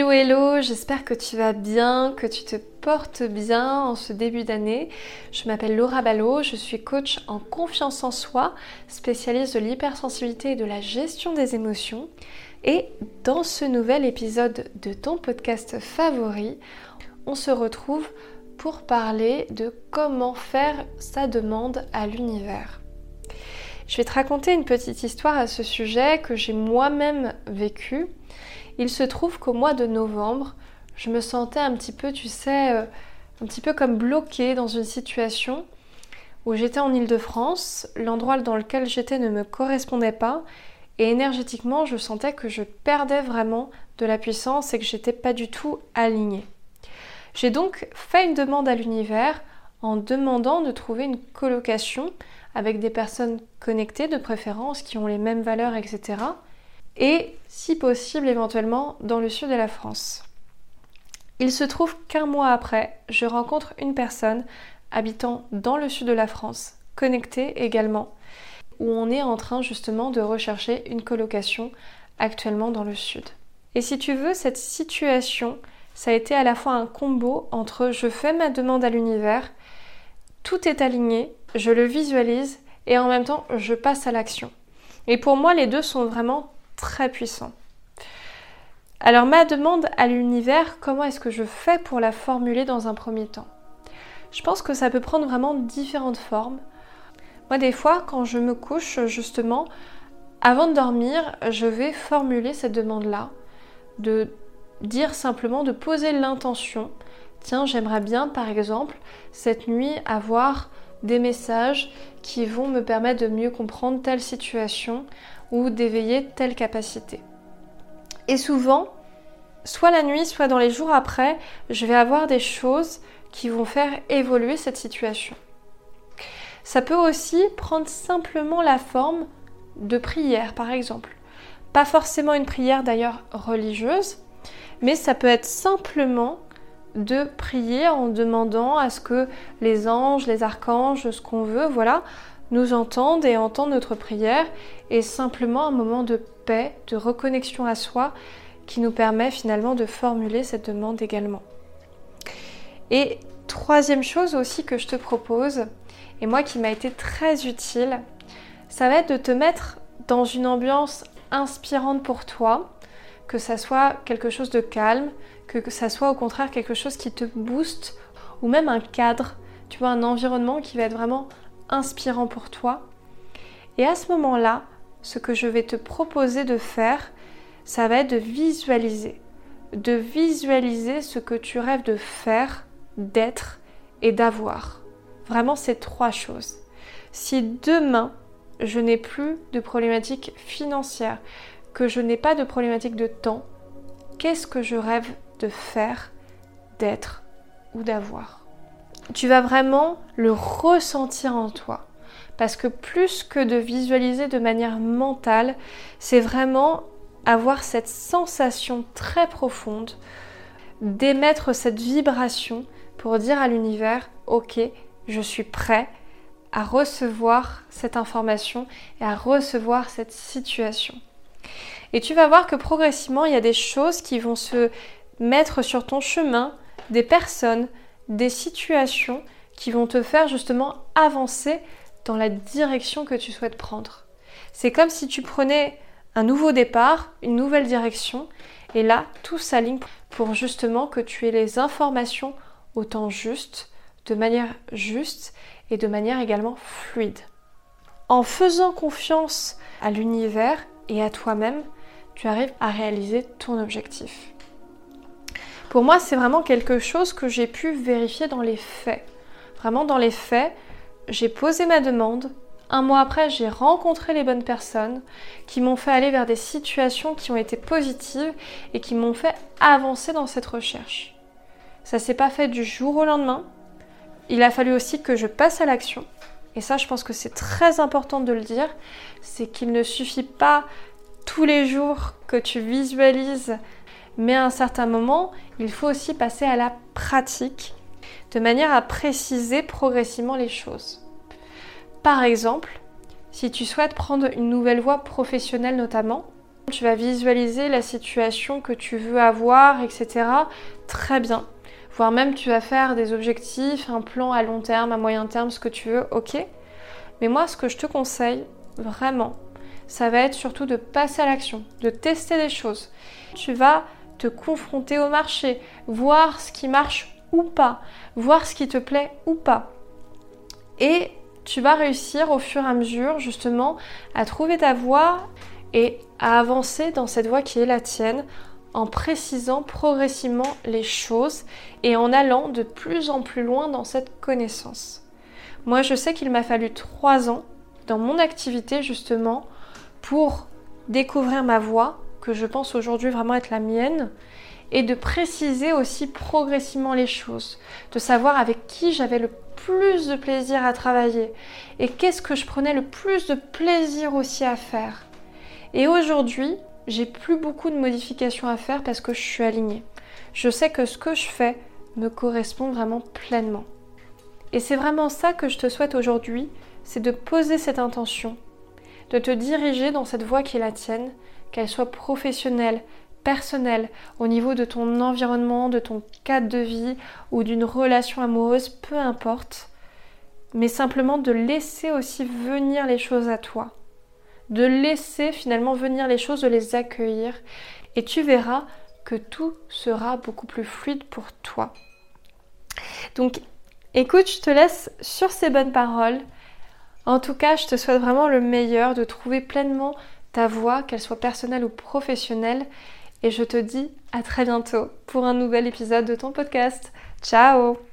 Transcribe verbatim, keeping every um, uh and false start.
Hello hello, j'espère que tu vas bien, que tu te portes bien en ce début d'année. Je m'appelle Laura Ballot, je suis coach en confiance en soi, spécialiste de l'hypersensibilité et de la gestion des émotions. Et dans ce nouvel épisode de ton podcast favori, on se retrouve pour parler de comment faire sa demande à l'univers. Je vais te raconter une petite histoire à ce sujet que j'ai moi-même vécue. Il se trouve qu'au mois de novembre, je me sentais un petit peu, tu sais, un petit peu comme bloquée dans une situation où j'étais en Île-de-France, l'endroit dans lequel j'étais ne me correspondait pas et énergétiquement, je sentais que je perdais vraiment de la puissance et que j'étais pas du tout alignée. J'ai donc fait une demande à l'univers en demandant de trouver une colocation avec des personnes connectées de préférence qui ont les mêmes valeurs, et cetera. Et si possible éventuellement dans le sud de la France. Il se trouve qu'un mois après, je rencontre une personne habitant dans le sud de la France, connectée également, où on est en train justement de rechercher une colocation actuellement dans le sud. Et si tu veux, cette situation, ça a été à la fois un combo entre je fais ma demande à l'univers, tout est aligné, je le visualise et en même temps je passe à l'action. Et pour moi, les deux sont vraiment très puissants. Alors ma demande à l'univers, comment est-ce que je fais pour la formuler dans un premier temps ? Je pense que ça peut prendre vraiment différentes formes. Moi des fois, quand je me couche justement, avant de dormir, je vais formuler cette demande-là, de dire simplement, de poser l'intention. Tiens, j'aimerais bien par exemple cette nuit avoir des messages qui vont me permettre de mieux comprendre telle situation ou d'éveiller telle capacité. Et souvent, soit la nuit, soit dans les jours après, je vais avoir des choses qui vont faire évoluer cette situation. Ça peut aussi prendre simplement la forme de prière, par exemple. Pas forcément une prière d'ailleurs religieuse, mais ça peut être simplement de prier en demandant à ce que les anges, les archanges, ce qu'on veut, voilà, nous entendent et entendent notre prière et simplement un moment de paix, de reconnexion à soi qui nous permet finalement de formuler cette demande également. Et troisième chose aussi que je te propose, et moi qui m'a été très utile, ça va être de te mettre dans une ambiance inspirante pour toi, que ça soit quelque chose de calme, que ça soit au contraire quelque chose qui te booste, ou même un cadre, tu vois, un environnement qui va être vraiment inspirant pour toi. Et à ce moment-là, ce que je vais te proposer de faire, ça va être de visualiser. De visualiser ce que tu rêves de faire, d'être et d'avoir. Vraiment, ces trois choses. Si demain, je n'ai plus de problématiques financières, que je n'ai pas de problématique de temps, qu'est-ce que je rêve de faire, d'être ou d'avoir ? Tu vas vraiment le ressentir en toi. Parce que plus que de visualiser de manière mentale, c'est vraiment avoir cette sensation très profonde d'émettre cette vibration pour dire à l'univers « Ok, je suis prêt à recevoir cette information et à recevoir cette situation. » Et tu vas voir que progressivement, il y a des choses qui vont se mettre sur ton chemin, des personnes, des situations qui vont te faire justement avancer dans la direction que tu souhaites prendre. C'est comme si tu prenais un nouveau départ, une nouvelle direction, et là, tout s'aligne pour justement que tu aies les informations au temps juste, de manière juste et de manière également fluide. En faisant confiance à l'univers et à toi-même, tu arrives à réaliser ton objectif. Pour moi, c'est vraiment quelque chose que j'ai pu vérifier dans les faits. Vraiment dans les faits, j'ai posé ma demande. Un mois après, j'ai rencontré les bonnes personnes qui m'ont fait aller vers des situations qui ont été positives et qui m'ont fait avancer dans cette recherche. Ça ne s'est pas fait du jour au lendemain. Il a fallu aussi que je passe à l'action. Et ça, je pense que c'est très important de le dire. C'est qu'il ne suffit pas tous les jours que tu visualises, mais à un certain moment, il faut aussi passer à la pratique de manière à préciser progressivement les choses. Par exemple, si tu souhaites prendre une nouvelle voie professionnelle notamment, Tu vas visualiser la situation que tu veux avoir, et cetera. Très bien. Voire même tu vas faire des objectifs, un plan à long terme, à moyen terme, ce que tu veux, ok. Mais moi, ce que je te conseille, vraiment, ça va être surtout de passer à l'action, de tester des choses. Tu vas te confronter au marché, voir ce qui marche ou pas, voir ce qui te plaît ou pas. Et tu vas réussir au fur et à mesure, justement, à trouver ta voie et à avancer dans cette voie qui est la tienne, en précisant progressivement les choses et en allant de plus en plus loin dans cette connaissance. Moi, je sais qu'il m'a fallu trois ans dans mon activité, justement, pour découvrir ma voie, que je pense aujourd'hui vraiment être la mienne, et de préciser aussi progressivement les choses, de savoir avec qui j'avais le plus de plaisir à travailler et qu'est-ce que je prenais le plus de plaisir aussi à faire. Et aujourd'hui, j'ai plus beaucoup de modifications à faire parce que je suis alignée. Je sais que ce que je fais me correspond vraiment pleinement. Et c'est vraiment ça que je te souhaite aujourd'hui, c'est de poser cette intention, de te diriger dans cette voie qui est la tienne, qu'elle soit professionnelle, personnelle, au niveau de ton environnement, de ton cadre de vie ou d'une relation amoureuse, peu importe, mais simplement de laisser aussi venir les choses à toi. De laisser finalement venir les choses, de les accueillir et tu verras que tout sera beaucoup plus fluide pour toi. Donc écoute, je te laisse sur ces bonnes paroles. En tout cas, je te souhaite vraiment le meilleur, de trouver pleinement ta voie, qu'elle soit personnelle ou professionnelle. Et je te dis à très bientôt pour un nouvel épisode de ton podcast. Ciao!